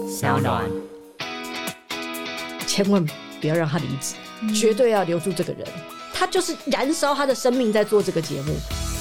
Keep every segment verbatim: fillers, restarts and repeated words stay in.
小暖， 千万不要让他离职、嗯，绝对要留住这个人，他就是燃烧他的生命在做这个节目。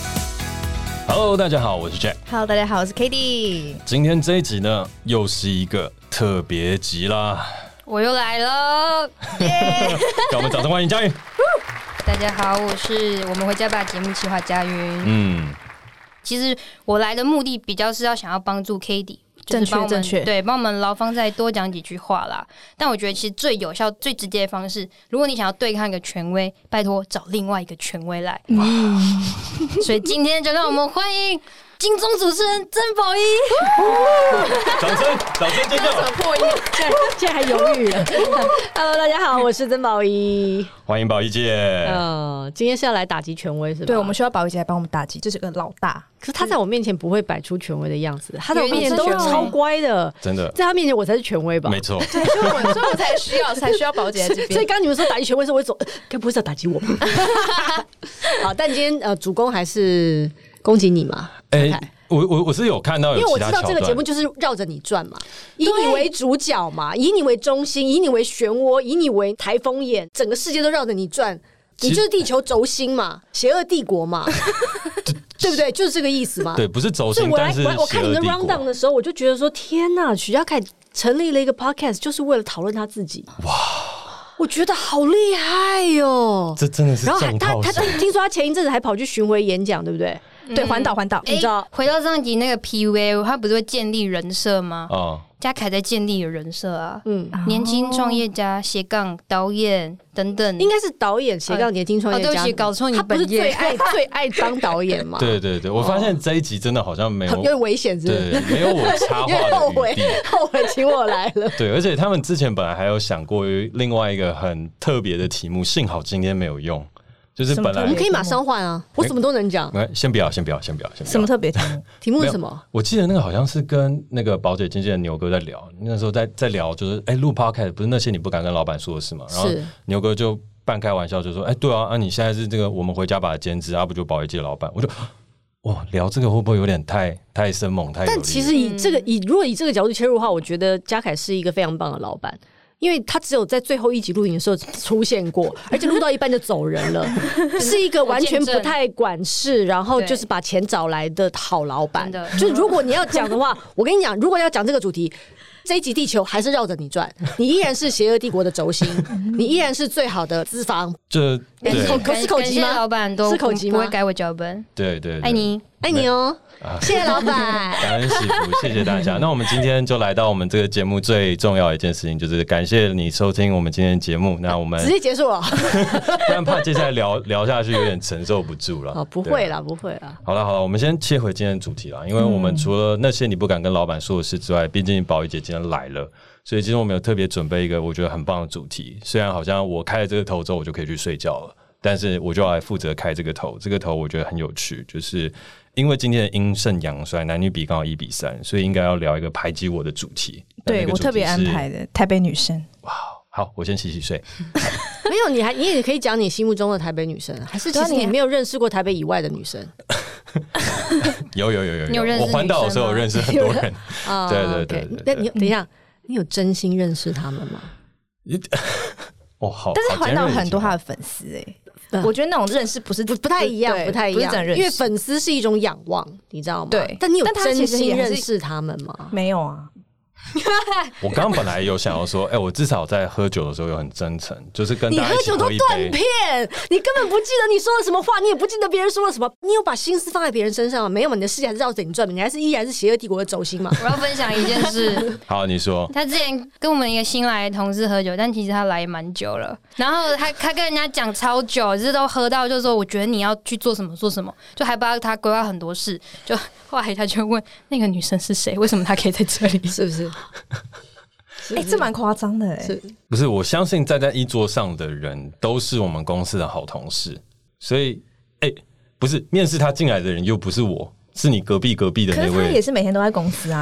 Hello， 大家好，我是 Jack。 Hello， 大家好，我是 K D。 今天这一集呢，又是一个特别集啦， 我又来了， 耶！让我们掌声欢迎佳云。 大家好，我是我们回家吧节目企划佳云。 嗯， 其实我来的目的比较是要想要帮助 K D。 正确正确， 对，帮我们劳方再多讲几句话啦。但我觉得其实最有效、最直接的方式，如果你想要对抗一个权威，拜托找另外一个权威来。嗯、所以今天就让我们欢迎金钟主持人曾宝仪。 掌声，掌声尖叫！ 怎么破音？现在现在还犹豫了。Hello， 大家好，我是曾宝仪。 欢迎宝仪姐。 呃，今天是要来打击权威是吧？ 对，我们需要宝仪姐来帮我们打击，这是个老大。 可是他在我面前不会摆出权威的样子，他在我面前都超乖的， 真的， 在他面前我才是权威吧？ 没错， 对，所以我所以我才需要才需要宝姐在这边。 所以刚刚你们说打击权威的时候，我会走，该不会是要打击我吧？好，但今天呃，主攻还是攻击你嘛？哎、欸， 我我我是有看到有其他桥段，因为我知道这个节目就是绕着你转嘛，以你为主角嘛，以你为中心，以你为漩涡，以你为台风眼，整个世界都绕着你转。你就是地球轴心嘛，邪恶帝国嘛，对不对？就是这个意思嘛。 对，不是轴心，但是我看你的 rundown 的时候，我就觉得说，天哪，许家凯成立了一个 podcast， 就是为了讨论他自己。哇，我觉得好厉害哟、哦！ 这真的是。 然后他他他听说他前一阵子还跑去巡回演讲，对不对？ 嗯、对，环岛环岛。 你知道，回到上集那个 P U A， 他不是会建立人设吗？哦。家凯在建立的人设啊，嗯，年轻创业家、斜杠导演等等， 应该是导演斜杠年轻创业家。 哦、对不起，搞错你本业。 他不是最爱最爱当导演吗？ 对对对，我发现这一集真的好像没有， 有点危险，是不是？ 对，没有我插话的余地。 后悔，请我来了。 对，而且他们之前本来还有想过另外一个很特别的题目，幸好今天没有用。就是本来我们可以马上换啊，我什么都能讲。 先不要，先不要，先不要，先不要。 什么特别题目？ 题目是什么？ 我记得那个好像是跟那个宝姐经纪人牛哥在聊，那时候在在聊，就是哎，录 podcast 不是那些你不敢跟老板说的事嘛？然后牛哥就半开玩笑就说：“哎，对啊，啊你现在是这个我们回家把它兼职，啊不就宝仪姐老板？”我就哇，聊这个会不会有点太太生猛太？ 但其实以这个以如果以这个角度切入的话，我觉得家凯是一个非常棒的老板。因为他只有在最后一集录影的时候出现过，而且录到一半就走人了，是一个完全不太管事，然后就是把钱找来的好老板。就是如果你要讲的话，我跟你讲，如果要讲这个主题，这一集地球还是绕着你转，你依然是邪恶帝国的轴心，你依然是最好的资方。 这口是口级吗？ 老板都是口级吗？ 不会改我脚本。 对 对, 对， 爱你， 爱你哦。啊、谢谢老板， 感恩惜福，谢谢大家。那我们今天就来到我们这个节目最重要的一件事情，就是感谢你收听我们今天的节目。那我们直接结束了， 不然怕接下来聊聊下去有点承受不住了。 哦，不会啦，不会啦。 好了好了，我们先切回今天的主题啦，因为我们除了那些你不敢跟老板说的事之外，毕竟宝仪姐今天来了，所以今天我们有特别准备一个我觉得很棒的主题。虽然好像我开了这个头之后我就可以去睡觉了，但是我就要来负责开这个头。这个头我觉得很有趣，就是因为今天的阴盛阳衰，男女比刚好一比三，所以应该要聊一个排挤我的主题。 对，我特别安排的台北女生。 哇，好，我先洗洗睡。 没有，你还你也可以讲你心目中的台北女生，还是其实你没有认识过台北以外的女生？ 有有有有有， 你有认识我环岛的时候有认识很多人。 啊、 对对对 okay, 那你等一下，你有真心认识他们吗？ 哦，好。 但是环岛很多他的粉丝哎、欸。嗯、我觉得那种认识不是 不, 不太一样，不太一样，因为粉丝是一种仰望，你知道吗？ 对。 但你有真心认识他们吗？ 没有啊。 我刚刚本来有想要说，哎、欸，我至少在喝酒的时候有很真诚，就是跟大家一起喝一杯。 你喝酒都断片，你根本不记得你说了什么话，你也不记得别人说了什么，你有把心思放在别人身上吗？没有嘛，你的世界还是绕着你转，你还是依然是邪恶帝国的轴心嘛。 我要分享一件事。 好，你说。 他之前跟我们一个新来的同事喝酒，但其实他来蛮久了，然后他他跟人家讲超久，就是都喝到就是说，我觉得你要去做什么做什么，就还帮他规划很多事。就后来他就问那个女生是谁，为什么她可以在这里， 是不是？ 哎、欸，这蛮夸张的哎、 欸！不是，我相信站在一桌上的人都是我们公司的好同事，所以，哎、欸，不是面试他进来的人又不是我，是你隔壁隔壁的那位。 可是他也是每天都在公司啊。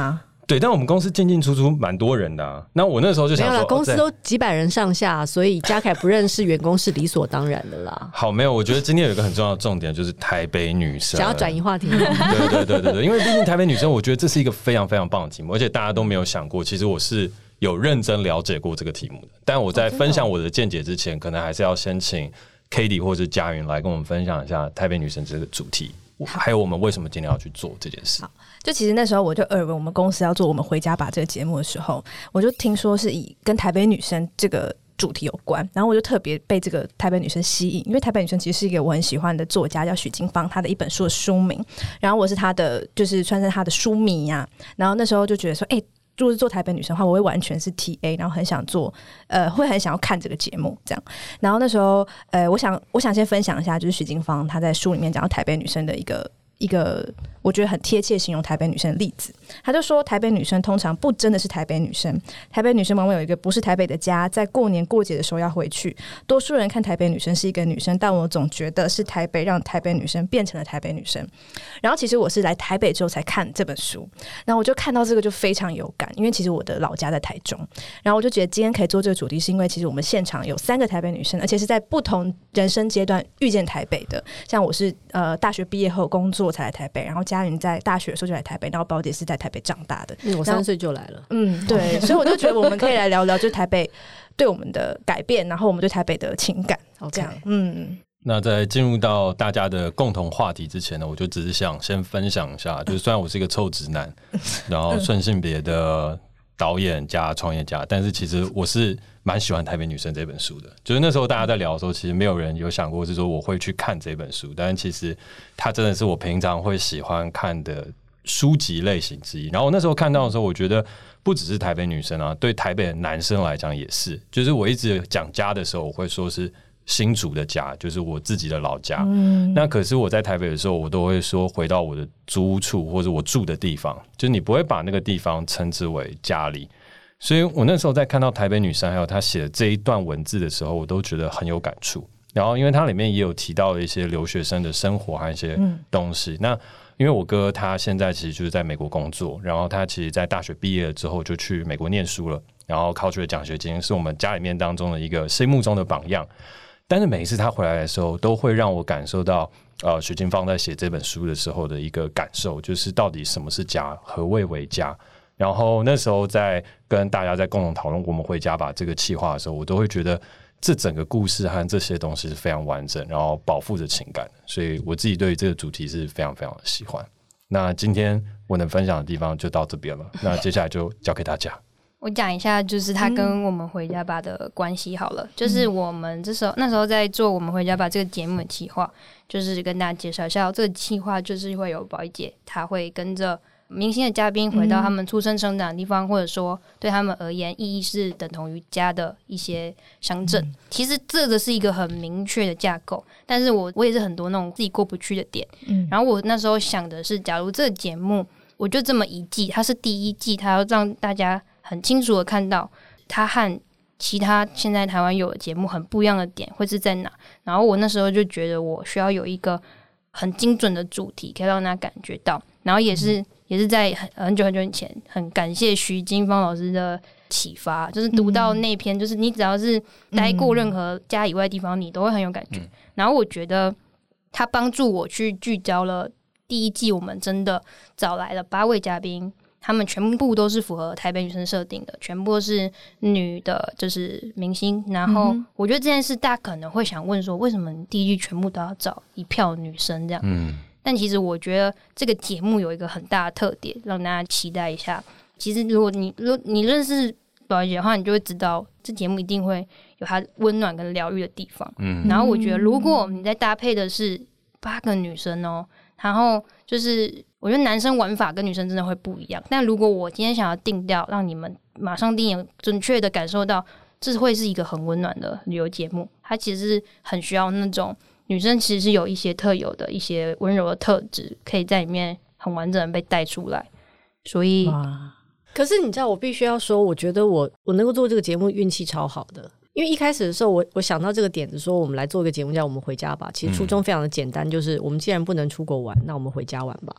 对，但我们公司进进出出蛮多人的啊。那我那时候就想说， 没有啦，公司哦都几百人上下，所以嘉凯不认识员工是理所当然的啦。 好，没有，我觉得今天有一个很重要的重点，就是台北女生。 想要转移话题吗？ 对对对对对，因为毕竟台北女生，我觉得这是一个非常非常棒的题目，而且大家都没有想过，其实我是有认真了解过这个题目的。但我在分享我的见解之前，可能还是要先请 Katie 或者嘉云来跟我们分享一下台北女生这个主题，还有我们为什么今天要去做这件事。 好，就其实那时候我就耳闻我们公司要做我们回家吧这个节目的时候，我就听说是以跟台北女生这个主题有关，然后我就特别被这个台北女生吸引，因为台北女生其实是一个我很喜欢的作家，叫许金芳，她的一本书的书名，然后我是她的就是算是她的书迷呀、啊，然后那时候就觉得说，哎、欸。如果是做台北女生的话，我会完全是 T A， 然后很想做，呃，会很想要看这个节目这样。然后那时候，呃，我想，我想先分享一下，就是许金芳她在书里面讲到台北女生的一个一个，我觉得很贴切形容台北女生的例子。他就说，台北女生通常不真的是台北女生，台北女生往往有一个不是台北的家，在过年过节的时候要回去。多数人看台北女生是一个女生，但我总觉得是台北让台北女生变成了台北女生。然后其实我是来台北之后才看这本书，然后我就看到这个就非常有感，因为其实我的老家在台中，然后我就觉得今天可以做这个主题，是因为其实我们现场有三个台北女生，而且是在不同人生阶段遇见台北的。像我是呃大学毕业后工作才来台北，然后嘉云在大学的时候就来台北，然后宝姐是在台北长大的。 嗯、我三岁就来了。 嗯，对，所以我就觉得我们可以来聊聊，就是台北对我们的改变，然后我们对台北的情感。这样，嗯。 那在进入到大家的共同话题之前呢，我就只是想先分享一下，就是虽然我是一个臭直男，然后顺性别的导演加创业家，但是其实我是蛮喜欢《台北女生》这本书的。就是那时候大家在聊的时候，其实没有人有想过是说我会去看这本书，但是其实它真的是我平常会喜欢看的书籍类型之一。然后我那时候看到的时候，我觉得不只是台北女生啊，对台北的男生来讲也是。就是我一直讲家的时候，我会说是新竹的家，就是我自己的老家、嗯、那可是我在台北的时候，我都会说回到我的租屋处或者我住的地方，就是你不会把那个地方称之为家里。所以我那时候在看到台北女生还有她写的这一段文字的时候，我都觉得很有感触。然后因为它里面也有提到了一些留学生的生活和一些东西、嗯、那因为我哥他现在其实就是在美国工作，然后他其实在大学毕业了之后就去美国念书了，然后考取了奖学金，是我们家里面当中的一个心目中的榜样。但是每一次他回来的时候，都会让我感受到呃，许金芳在写这本书的时候的一个感受，就是到底什么是家，何谓为家。然后那时候在跟大家在共同讨论我们回家吧这个企划的时候，我都会觉得这整个故事和这些东西是非常完整，然后饱腹着情感的，所以我自己对于这个主题是非常非常的喜欢。那今天我能分享的地方就到这边了，那接下来就交给大家。 我讲一下，就是他跟我们回家吧的关系好了、嗯。就是我们这时候那时候在做我们回家吧这个节目的企划，就是跟大家介绍一下，这个企划就是会有宝仪姐，她会跟着明星的嘉宾回到他们出生成长的地方、嗯，或者说对他们而言意义是等同于家的一些乡镇、嗯。其实这个是一个很明确的架构，但是我我也是很多那种自己过不去的点。嗯，然后我那时候想的是，假如这个节目我就这么一季，它是第一季，它要让大家很清楚的看到它和其他现在台湾有的节目很不一样的点会是在哪。然后我那时候就觉得我需要有一个很精准的主题，可以让大家感觉到。然后也是、嗯、也是在很很久很久以前，很感谢徐金芳老师的启发，就是读到那篇、嗯、就是你只要是待过任何家以外的地方、嗯、你都会很有感觉、嗯、然后我觉得他帮助我去聚焦了第一季，我们真的找来了八位嘉宾，他们全部都是符合台北女生设定的，全部都是女的，就是明星。然后我觉得这件事大家可能会想问说，为什么第一季全部都要找一票女生这样？嗯，但其实我觉得这个节目有一个很大的特点，让大家期待一下。其实如果你如果你认识宝仪姐的话，你就会知道这节目一定会有它温暖跟疗愈的地方。嗯，然后我觉得如果你再搭配的是八个女生哦，然后就是我觉得男生玩法跟女生真的会不一样，但如果我今天想要定调，让你们马上定眼准确的感受到这会是一个很温暖的旅游节目，它其实是很需要那种女生其实是有一些特有的一些温柔的特质，可以在里面很完整的被带出来。所以可是你知道我必须要说，我觉得我我能够做这个节目运气超好的。因为一开始的时候我我想到这个点子说我们来做一个节目叫我们回家吧，其实初衷非常的简单，就是我们既然不能出国玩，那我们回家玩吧。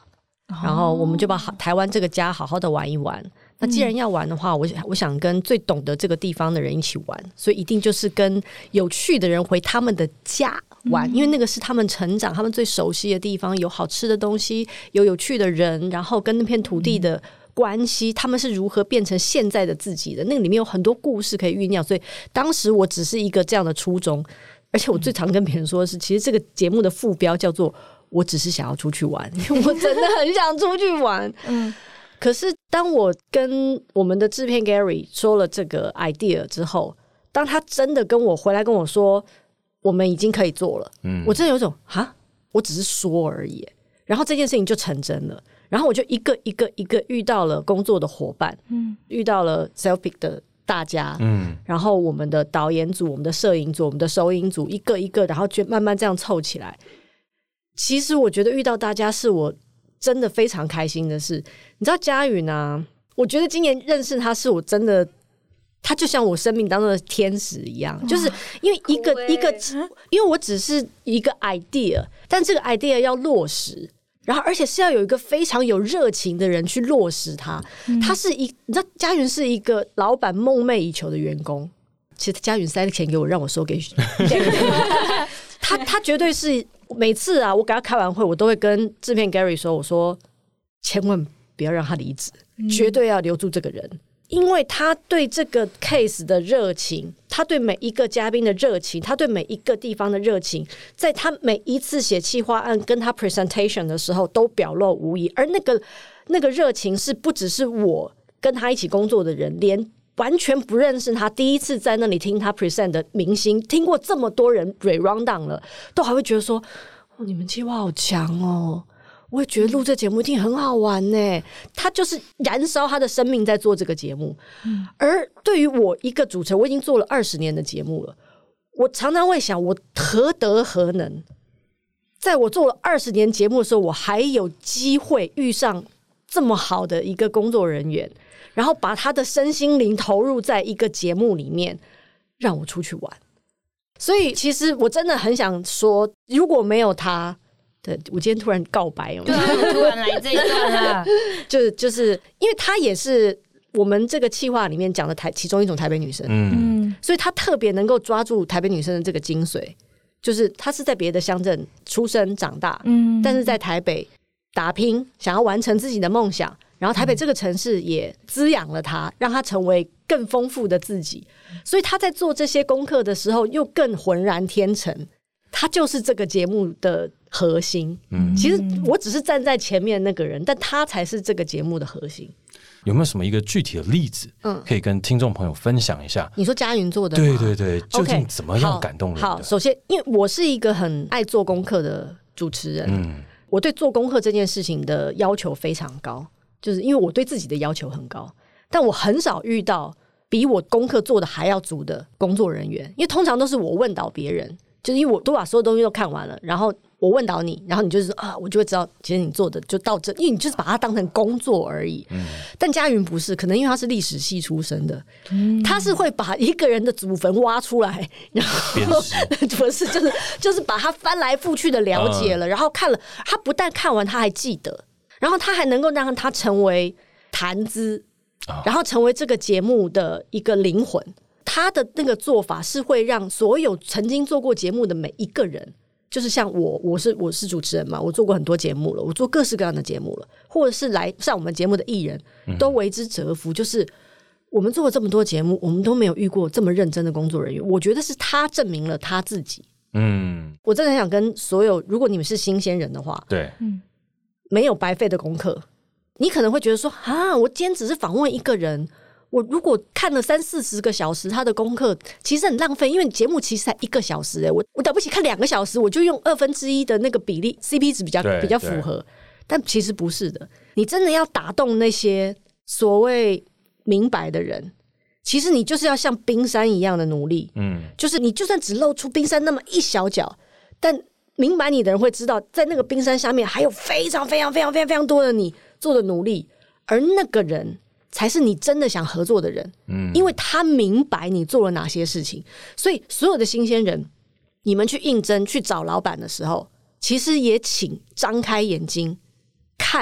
然后我们就把台湾这个家好好的玩一玩。那既然要玩的话，我我想跟最懂得这个地方的人一起玩，所以一定就是跟有趣的人回他们的家玩，因为那个是他们成长他们最熟悉的地方，有好吃的东西，有有趣的人，然后跟那片土地的关系，他们是如何变成现在的自己的，那个里面有很多故事可以酝酿。所以当时我只是一个这样的初衷，而且我最常跟别人说的是，其实这个节目的副标叫做我只是想要出去玩，因为我真的很想出去玩。嗯，可是当我跟我们的制片 Gary 说了这个 idea 之后，当他真的跟我回来跟我说我们已经可以做了，嗯，我真的有种哈，我只是说而已，然后这件事情就成真了。然后我就一个一个一个遇到了工作的伙伴，嗯，遇到了 Selfie 的大家，嗯，然后我们的导演组、我们的摄影组、我们的收音组，一个一个，然后就慢慢这样凑起来。其实我觉得遇到大家是我真的非常开心的事。你知道佳允啊，我觉得今年认识他是我真的，他就像我生命当中的天使一样，就是因为一个、欸、一个，因为我只是一个 idea， 但这个 idea 要落实。然后，而且是要有一个非常有热情的人去落实它。嗯、他是一，你知道，佳允是一个老板梦寐以求的员工。其实佳允塞钱给我，让我收给他。他绝对是每次啊，我给他开完会，我都会跟制片 Gary 说：“我说千万不要让他离职，嗯、绝对要留住这个人。”因为他对这个 case 的热情，他对每一个嘉宾的热情，他对每一个地方的热情，在他每一次写企划案跟他 presentation 的时候都表露无遗。而那个那个热情是不只是我跟他一起工作的人，连完全不认识他第一次在那里听他 present 的明星，听过这么多人 re-rundown 了，都还会觉得说：哦，你们企划好强哦，我也觉得录这节目一定很好玩呢。他就是燃烧他的生命在做这个节目。嗯、而对于我一个主持人，我已经做了二十年的节目了，我常常会想，我何德何能，在我做了二十年节目的时候，我还有机会遇上这么好的一个工作人员，然后把他的身心灵投入在一个节目里面，让我出去玩。所以其实我真的很想说，如果没有他，对，我今天突然告白有没有？ 对，突然来这一段啊， 就是就是因为她也是我们这个企划里面讲的台其中一种台北女生，嗯，所以她特别能够抓住台北女生的这个精髓，就是她是在别的乡镇出生长大，嗯，但是在台北打拼，想要完成自己的梦想，然后台北这个城市也滋养了她，让她成为更丰富的自己，所以她在做这些功课的时候又更浑然天成。他就是这个节目的核心。嗯，其实我只是站在前面那个人，但他才是这个节目的核心。 有没有什么一个具体的例子，嗯，可以跟听众朋友分享一下？ 你说佳允做的吗？ 对对对，究竟怎么样感动人的？ 好，好，首先，因为我是一个很爱做功课的主持人，嗯，我对做功课这件事情的要求非常高，就是因为我对自己的要求很高，但我很少遇到比我功课做的还要足的工作人员，因为通常都是我问倒别人。就是因为我都把所有东西都看完了，然后我问到你，然后你就是说啊，我就会知道其实你做的就到这，因为你就是把它当成工作而已。嗯、但佳允不是，可能因为他是历史系出身的，嗯、他是会把一个人的祖坟挖出来，然后不是就是就是把他翻来覆去的了解了，嗯、然后看了，他不但看完他还记得，然后他还能够让他成为谈资，哦、然后成为这个节目的一个灵魂。他的那个做法是会让所有曾经做过节目的每一个人，就是像我，我是我是主持人嘛，我做过很多节目了，我做各式各样的节目了，或者是来上我们节目的艺人，都为之折服。就是我们做了这么多节目，我们都没有遇过这么认真的工作人员。我觉得是他证明了他自己。嗯，我真的很想跟所有，如果你们是新鲜人的话， 对， 嗯，没有白费的功课。你可能会觉得说，啊，我今天只是访问一个人。我如果看了三四十个小时他的功课，其实很浪费，因为节目其实才一个小时、欸、我我了不起看两个小时，我就用二分之一的那个比例 C P 值比较比较符合，但其实不是的。你真的要打动那些所谓明白的人，其实你就是要像冰山一样的努力，嗯，就是你就算只露出冰山那么一小角，但明白你的人会知道，在那个冰山下面还有非常非常非常非常非常多的你做的努力，而那个人才是你真的想合作的人，嗯，因为他明白你做了哪些事情。所以所有的新鲜人，你们去应征去找老板的时候，其实也请张开眼睛看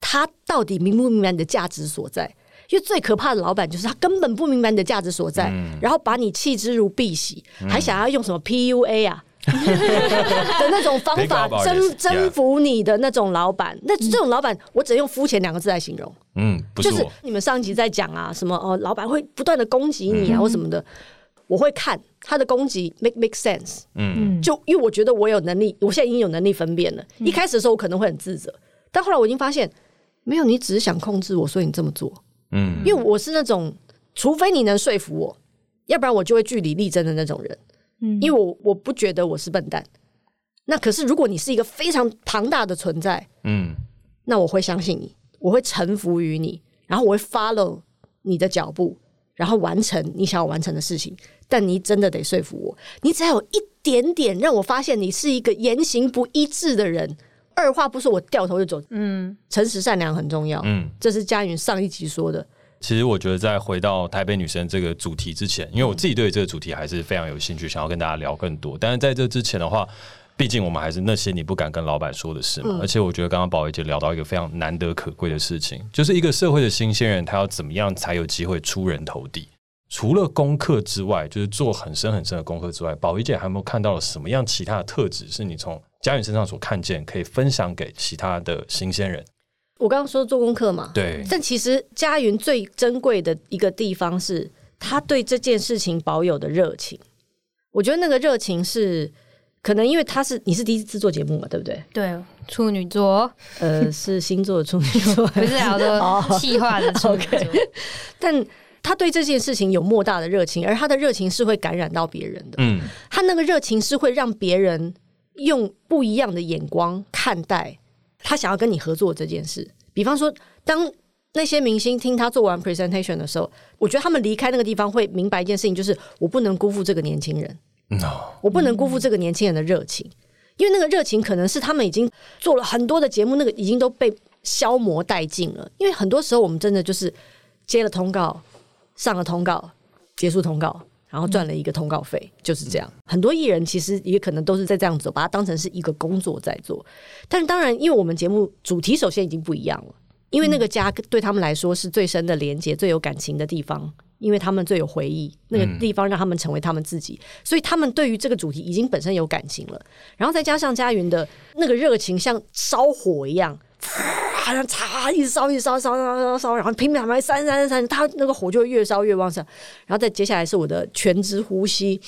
他到底明不明白你的价值所在？因为最可怕的老板就是他根本不明白你的价值所在，嗯、然后把你弃之如敝屣，嗯、还想要用什么 P U A 啊的那种方法征征服你的那种老板。那这种老板，我只能用肤浅两个字来形容。嗯，不是就是你们上一集在讲啊，什么哦，老板会不断的攻击你啊，嗯、或什么的。我会看他的攻击 make make sense， 嗯，就因为我觉得我有能力，我现在已经有能力分辨了。嗯、一开始的时候我可能会很自责，但后来我已经发现，没有，你只是想控制我，所以你这么做。嗯，因为我是那种，除非你能说服我，要不然我就会据理力争的那种人。嗯，因为我我不觉得我是笨蛋。那可是如果你是一个非常庞大的存在，嗯，那我会相信你，我会臣服于你，然后我会 follow 你的脚步，然后完成你想要完成的事情。但你真的得说服我，你只要有一点点让我发现你是一个言行不一致的人，二话不说我掉头就走。嗯，诚实善良很重要。嗯，这是嘉云上一集说的。 其实我觉得在回到台北女生这个主题之前，因为我自己对这个主题还是非常有兴趣，想要跟大家聊更多。但是在这之前的话，毕竟我们还是那些你不敢跟老板说的事嘛。嗯、而且我觉得刚刚宝仪姐聊到一个非常难得可贵的事情，就是一个社会的新鲜人，他要怎么样才有机会出人头地？除了功课之外，就是做很深很深的功课之外，宝仪姐还有没有看到了什么样其他的特质是你从嘉云身上所看见，可以分享给其他的新鲜人？ 我刚刚说做功课嘛， 对。 但其实嘉云最珍贵的一个地方是，他对这件事情保有的热情。我觉得那个热情是，可能因为他是你是第一次做节目嘛，对不对？ 对，处女座， 呃，是星座的处女座， 不是好多气化的处女座。 okay. 但他对这件事情有莫大的热情，而他的热情是会感染到别人的。嗯，他那个热情是会让别人用不一样的眼光看待他想要跟你合作这件事。比方说，当那些明星听他做完 presentation 的时候，我觉得他们离开那个地方会明白一件事情，就是我不能辜负这个年轻人， no. 我不能辜负这个年轻人的热情，因为那个热情可能是他们已经做了很多的节目，那个已经都被消磨殆尽了。因为很多时候我们真的就是接了通告，上了通告，结束通告，然后赚了一个通告费，嗯、就是这样。很多艺人其实也可能都是在这样子，把它当成是一个工作在做。但是当然，因为我们节目主题首先已经不一样了，因为那个家对他们来说是最深的连结、最有感情的地方，因为他们最有回忆，那个地方让他们成为他们自己，嗯、所以他们对于这个主题已经本身有感情了。然后再加上嘉云的那个热情，像烧火一样。好像擦，一直烧，一直烧，烧烧烧烧，然后拼命把它扇扇扇，它那个火就会越烧越旺盛。然后再接下来是我的全职呼吸，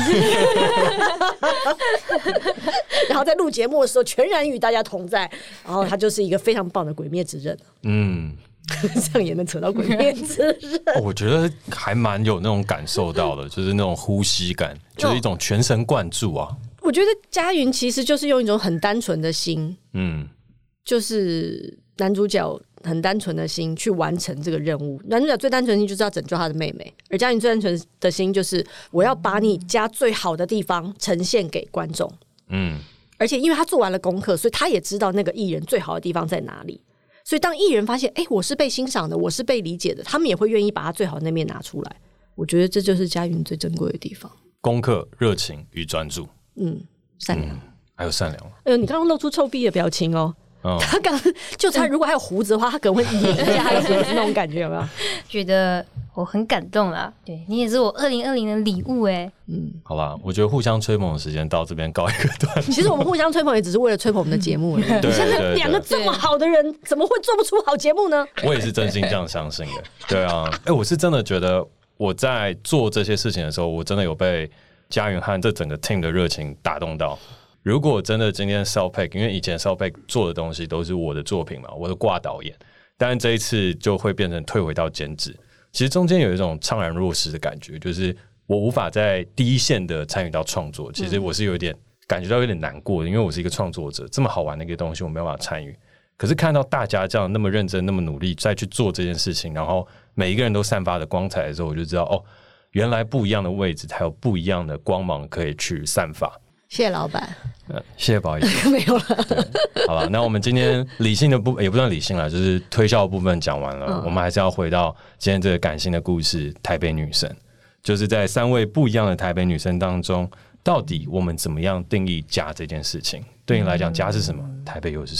然后在录节目的时候全然与大家同在，然后它就是一个非常棒的鬼灭之刃。嗯，这样也能扯到鬼灭之刃。 哦，我觉得还蛮有那种感受到的，就是那种呼吸感，就是一种全神贯注啊。 我觉得嘉云其实就是用一种很单纯的心，嗯。就是男主角很单纯的心去完成这个任务。男主角最单纯的心就是要拯救他的妹妹，而嘉云最单纯的心就是我要把你家最好的地方呈现给观众。嗯，而且因为他做完了功课，所以他也知道那个艺人最好的地方在哪里。所以当艺人发现，哎、欸，我是被欣赏的，我是被理解的，他们也会愿意把他最好的那面拿出来。我觉得这就是嘉云最珍贵的地方：功课、热情与专注。 嗯，善良、嗯， 还有善良。 哎呦，你刚刚露出臭屁的表情哦。Oh. 他刚就他如果还有胡子的话，他可能会抿一下他的胡子那种感觉，有没有？ 觉得我很感动啦。对，你也是我二零二零的礼物哎、欸。 嗯，好吧，我觉得互相吹捧的时间到这边告一个段落。 其实我们互相吹捧也只是为了吹捧我们的节目而已。你现在两个这么好的人，怎么会做不出好节目呢？ 我也是真心这样相信的。对啊，哎、欸，我是真的觉得我在做这些事情的时候，我真的有被嘉云和这整个 team 的热情打动到。如果真的今天 Selfpack， 因为以前 Selfpack 做的东西都是我的作品嘛，我的挂导演，但是这一次就会变成退回到监制。其实中间有一种怅然若失的感觉，就是我无法在第一线的参与到创作，其实我是有点感觉到有点难过的，因为我是一个创作者，这么好玩的一个东西我没有办法参与。可是看到大家这样那么认真、那么努力再去做这件事情，然后每一个人都散发着光彩的时候，我就知道哦，原来不一样的位置才有不一样的光芒可以去散发。 谢谢老板， 嗯，谢谢宝仪。 没有了。 好了，那我们今天理性的部也不算理性了，就是推销的部分讲完了、嗯，我们还是要回到今天这个感性的故事——台北女生。就是在三位不一样的台北女生当中，到底我们怎么样定义家这件事情？对你来讲，家是什么？台北又是什么？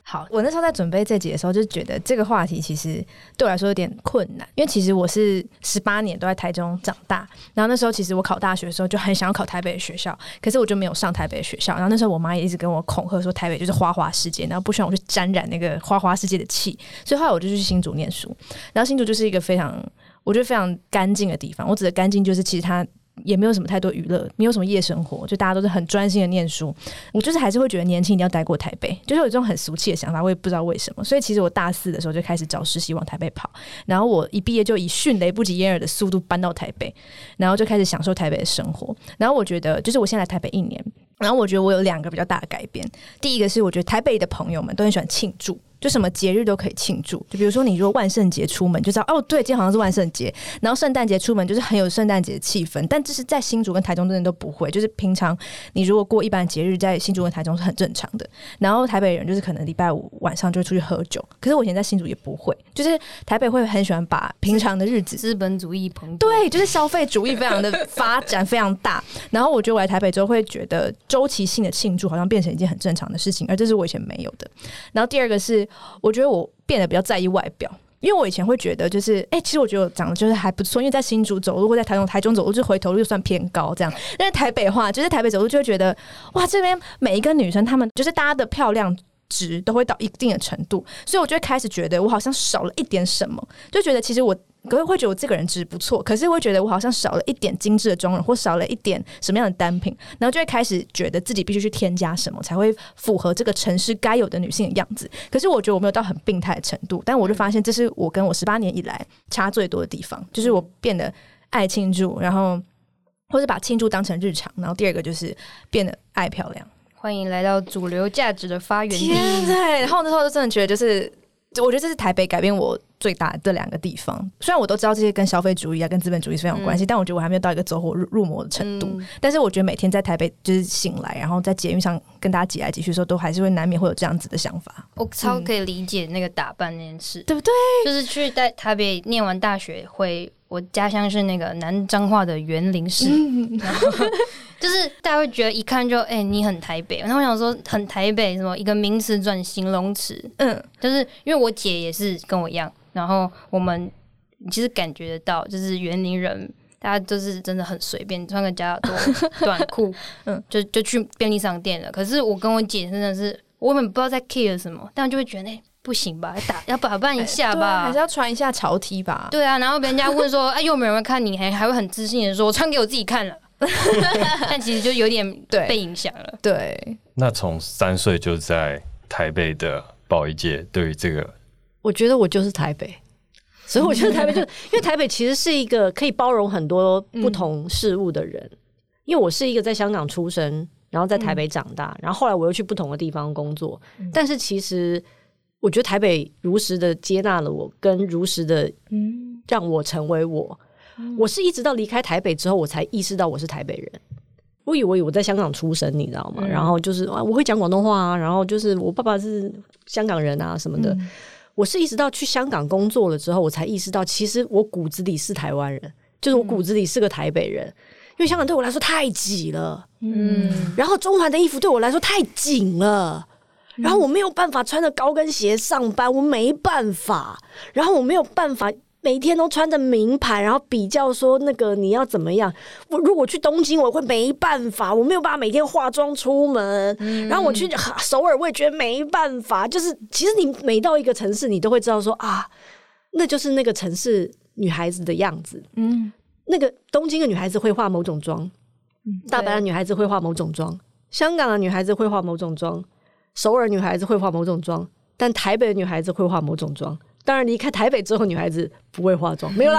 好，我那时候在准备这集的时候，就觉得这个话题其实对我来说有点困难，因为其实我是十八年都在台中长大，然后那时候其实我考大学的时候就很想要考台北的学校，可是我就没有上台北的学校，然后那时候我妈也一直跟我恐吓说台北就是花花世界，然后不希望我去沾染那个花花世界的气，所以后来我就去新竹念书，然后新竹就是一个非常我觉得非常干净的地方，我指的干净就是其实它也没有什么太多娱乐，没有什么夜生活，就大家都是很专心的念书。我就是还是会觉得年轻一定要待过台北，就是有这种很俗气的想法，我也不知道为什么。所以其实我大四的时候就开始找实习往台北跑，然后我一毕业就以迅雷不及掩耳的速度搬到台北，然后就开始享受台北的生活。然后我觉得就是我现在来台北一年，然后我觉得我有两个比较大的改变。第一个是我觉得台北的朋友们都很喜欢庆祝，就什么节日都可以庆祝，就比如说你如果万圣节出门就知道哦，对，今天好像是万圣节，然后圣诞节出门就是很有圣诞节的气氛，但这是在新竹跟台中真的都不会，就是平常你如果过一般节日在新竹跟台中是很正常的，然后台北人就是可能礼拜五晚上就会出去喝酒，可是我以前在新竹也不会，就是台北会很喜欢把平常的日子资本主义蓬勃， 对，就是消费主义非常的发展非常大，然后我觉得我来台北之后会觉得周期性的庆祝好像变成一件很正常的事情，而这是我以前没有的。然后第二个是我觉得我变得比较在意外表，因为我以前会觉得就是哎、欸，其实我觉得我长得就是还不错，因为在新竹走路或在台中台中走路就回头路就算偏高这样，但是台北的话就是台北走路就会觉得哇，这边每一个女生她们就是大家的漂亮值都会到一定的程度，所以我就会开始觉得我好像少了一点什么，就觉得其实我可是会觉得我这个人值不错，可是会觉得我好像少了一点精致的妆容，或少了一点什么样的单品，然后就会开始觉得自己必须去添加什么才会符合这个城市该有的女性的样子。可是我觉得我没有到很病态的程度，但我就发现这是我跟我十八年以来差最多的地方，就是我变得爱庆祝，然后或是把庆祝当成日常，然后第二个就是变得爱漂亮。 欢迎来到主流价值的发源地。 对，然后那时候就真的觉得就是我觉得这是台北改变我最大的两个地方，虽然我都知道这些跟消费主义啊跟资本主义是非常有关系、嗯、但我觉得我还没有到一个走火入魔的程度、嗯、但是我觉得每天在台北就是醒来，然后在捷运上跟大家挤来挤去的时候，都还是会难免会有这样子的想法。 我超可以理解那个打扮那件事、嗯、 对不对？ 就是去在台北念完大学会，我家乡是那个南彰化的园林市、嗯、然后就是大家会觉得一看就哎、欸，你很台北，然后我想说很台北什么一个名词转形容词，嗯，就是因为我姐也是跟我一样，然后我们其实感觉得到，就是园林人大家都是真的很随便，穿个夹脚拖、短裤，嗯，就就去便利商店了。可是我跟我姐真的是，我们不知道在 care 什么，但就会觉得哎、欸，不行吧，打要打扮一下吧、 欸，还是要穿一下潮 T 吧？ 对啊，然后别人家问说，哎、啊，有没有人看你，还还会很自信的说，我穿给我自己看了。但其实就有点被影响了。 对， 那从三岁就在台北的宝仪姐，对于这个， 我觉得我就是台北，所以我觉得台北就因为台北其实是一个可以包容很多不同事物的人、嗯。因为我是一个在香港出生，然后在台北长大，嗯、然后后来我又去不同的地方工作，嗯、但是其实我觉得台北如实的接纳了我，跟如实的让我成为我。嗯、我是一直到离开台北之后，我才意识到我是台北人。我以为我在香港出生，你知道吗？嗯、然后就是啊，我会讲广东话啊，然后就是我爸爸是香港人啊什么的。嗯、我是一直到去香港工作了之后，我才意识到，其实我骨子里是台湾人，就是我骨子里是个台北人。嗯、因为香港对我来说太挤了，嗯，然后中环的衣服对我来说太紧了。然后我没有办法穿着高跟鞋上班，我没办法。然后我没有办法每天都穿着名牌，然后比较说那个你要怎么样。我如果去东京，我会没办法，我没有办法每天化妆出门。嗯、然后我去首尔，我也觉得没办法。就是其实你每到一个城市，你都会知道说啊，那就是那个城市女孩子的样子。嗯，那个东京的女孩子会化某种妆，嗯、大阪的女孩子会化某种妆，香港的女孩子会化某种妆，首尔女孩子会化某种妆，但台北的女孩子会化某种妆。当然离开台北之后，女孩子不会化妆，没有啦。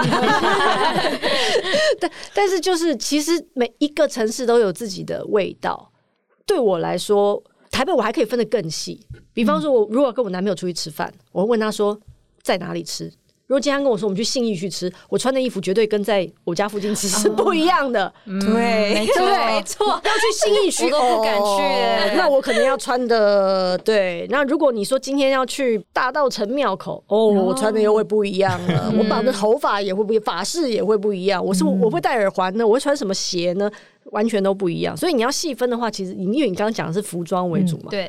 但但是就是其实每一个城市都有自己的味道。对我来说，台北我还可以分得更细。比方说，我如果跟我男朋友出去吃饭，我会问他说在哪里吃。如果今天跟我说我们去信义去吃，我穿的衣服绝对跟在我家附近吃是不一样的。 嗯、对，没错，没错， 要去信义区， 我都不敢去、欸哦。那我可能要穿的对。那如果你说今天要去大稻埕庙口，哦，我穿的又会不一样了。嗯、我绑的头发也会不一样，发饰也会不一样。我是、嗯、我会戴耳环呢，我会穿什么鞋呢？完全都不一样。所以你要细分的话，其实因为你刚刚讲的是服装为主嘛， 嗯、对。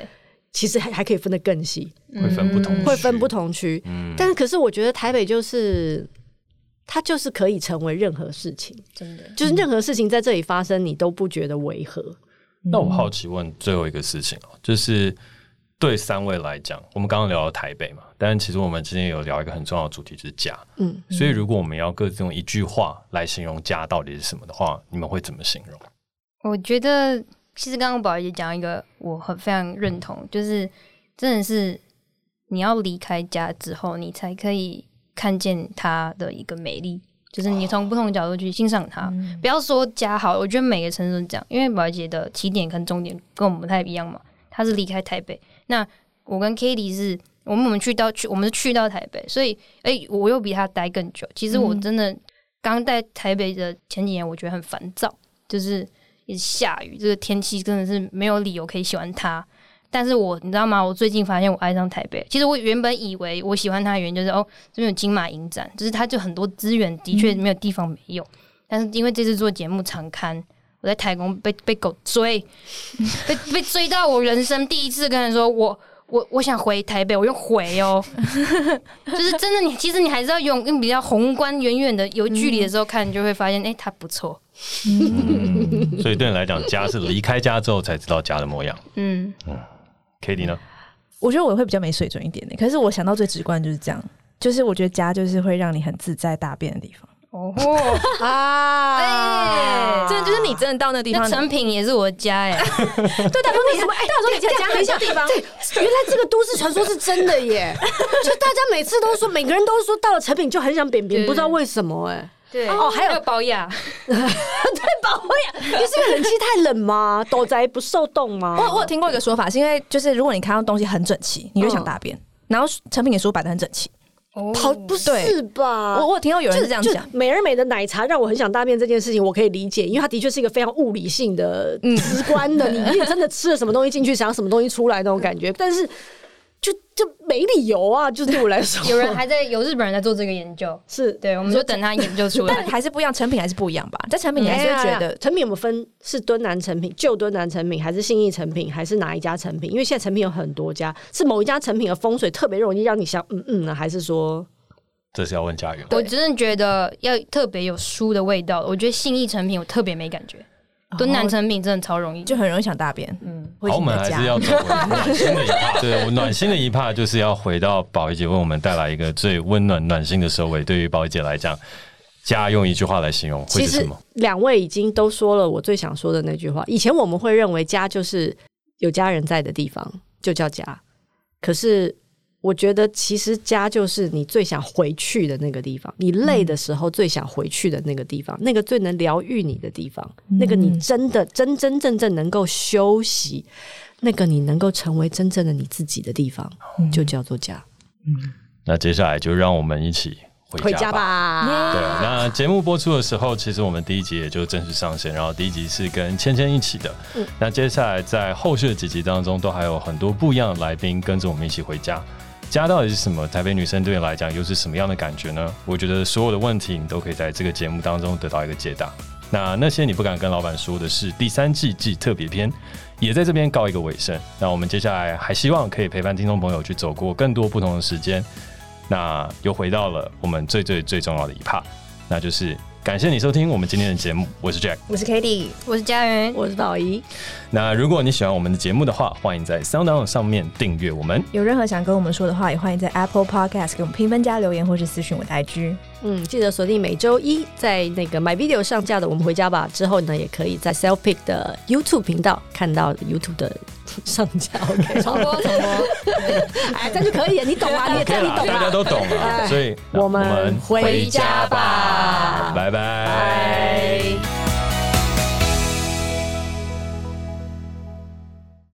其实还还可以分得更细， 会分不同区， 会分不同区。嗯，但是可是我觉得台北就是它就是可以成为任何事情， 真的就是任何事情在这里发生，你都不觉得违和。 那我好奇问最后一个事情哦，就是对三位来讲，我们刚刚聊到台北嘛，但其实我们今天有聊一个很重要的主题，就是家。嗯，所以如果我们要各自用一句话来形容家到底是什么的话，你们会怎么形容？ 我觉得。其实刚刚宝仪姐讲一个我很非常认同，就是真的是你要离开家之后，你才可以看见它的一个美丽，就是你从不同的角度去欣赏它。嗯、不要说家好，我觉得每个城市都这样，因为宝仪姐的起点跟终点跟我们不太一样嘛。她是离开台北，那我跟 Katie 是我们我们去到去我们是去到台北，所以哎、欸，我又比她待更久。其实我真的刚在台北的前几年，我觉得很烦躁，就是。一直下雨，这个天气真的是没有理由可以喜欢它。但是我你知道吗？我最近发现我爱上台北。其实我原本以为我喜欢它的原因就是哦，这边有金马影展，就是它就很多资源的确没有地方没有。嗯、但是因为这次做节目常刊，我在台工被被狗追，被被追到我人生第一次跟人说我。我我想回台北，我用回哦，就是真的你，你其实你还是要用用比较宏观、远远的、有距离的时候看，你就会发现，哎、欸，它不错。 嗯，所以对你来讲，家是离开家之后才知道家的模样。嗯嗯 ，Katie 呢？ 我觉得我会比较没水准一点的，可是我想到最直观就是这样，就是我觉得家就是会让你很自在大便的地方。哦啊！哎，真的就是你真的到那地方， 成品也是我的家哎。 对，大叔你什么？哎，大叔你家很小地方。 对，原来这个都市传说是真的耶！就大家每次都说，每个人都说到了成品就很想便便，不知道为什么哎。 对哦，还有保养， 对保养，你是因为冷气太冷吗？斗宅不受冻吗？ 我我有听过一个说法，是因为就是如果你看到东西很整齐，你就想大便，然后成品也说摆得很整齐。 好，不是吧？ 我我听到有人是这样讲， 美而美的奶茶让我很想大便这件事情，我可以理解，因为它的确是一个非常物理性的、直观的，你也真的吃了什么东西进去，想什么东西出来那种感觉，但是就就没理由啊，就是对我来说， 有人还在有日本人在做这个研究， 是对，我们就等他研究出来， 但还是不一样，成品还是不一样吧？在成品你还是会觉得， 成品有没有分是敦南成品、旧敦南成品，还是信义成品，还是哪一家成品？因为现在成品有很多家，是某一家成品的风水特别容易让你想嗯嗯呢，还是说？ 这是要问家园。 我真的觉得要特别有书的味道，我觉得信义成品我特别没感觉，敦南成品真的超容易， 就很容易想大便。嗯， 好，我们还是要走回暖心的一趴。对，我暖心的一趴就是要回到宝仪姐为我们带来一个最温暖、暖心的收尾。对于宝仪姐来讲，家用一句话来形容会是什么？ 两位已经都说了我最想说的那句话。以前我们会认为家就是有家人在的地方，就叫家。可是我觉得其实家就是你最想回去的那个地方，你累的时候最想回去的那个地方，那个最能疗愈你的地方，那个你真的真真正正能够休息，那个你能够成为真正的你自己的地方，就叫做家。 嗯，那接下来就让我们一起回家吧。 回家吧。 对，那节目播出的时候，其实我们第一集也就正式上线，然后第一集是跟芊芊一起的。嗯，那接下来在后续的几集当中，都还有很多不一样的来宾跟着我们一起回家。家到底是什么？台北女生对你来讲又是什么样的感觉呢？我觉得所有的问题你都可以在这个节目当中得到一个解答。那那些你不敢跟老板说的是第三季季特别篇，也在这边告一个尾声。那我们接下来还希望可以陪伴听众朋友去走过更多不同的时间。那又回到了我们最最最重要的一 part， 那就是感谢你收听我们今天的节目。我是 Jack， 我是 Katie， 我是家园， 我是宝仪。 那如果你喜欢我们的节目的话，欢迎在 SoundOn 上面订阅我们。 有任何想跟我们说的话，也欢迎在 Apple Podcast 给我们评分加留言，或是私讯我的 I G。 嗯，记得锁定每周一在那个 My Video 上架的《我们回家吧》之后呢，也可以在 Self Pick 的 YouTube 频道看到 YouTube 的上架。OK， 重播重播， 哎，这样就可以了，你懂啊，你也看，你懂啊， 大家都懂了，所以我们回家吧， 拜拜。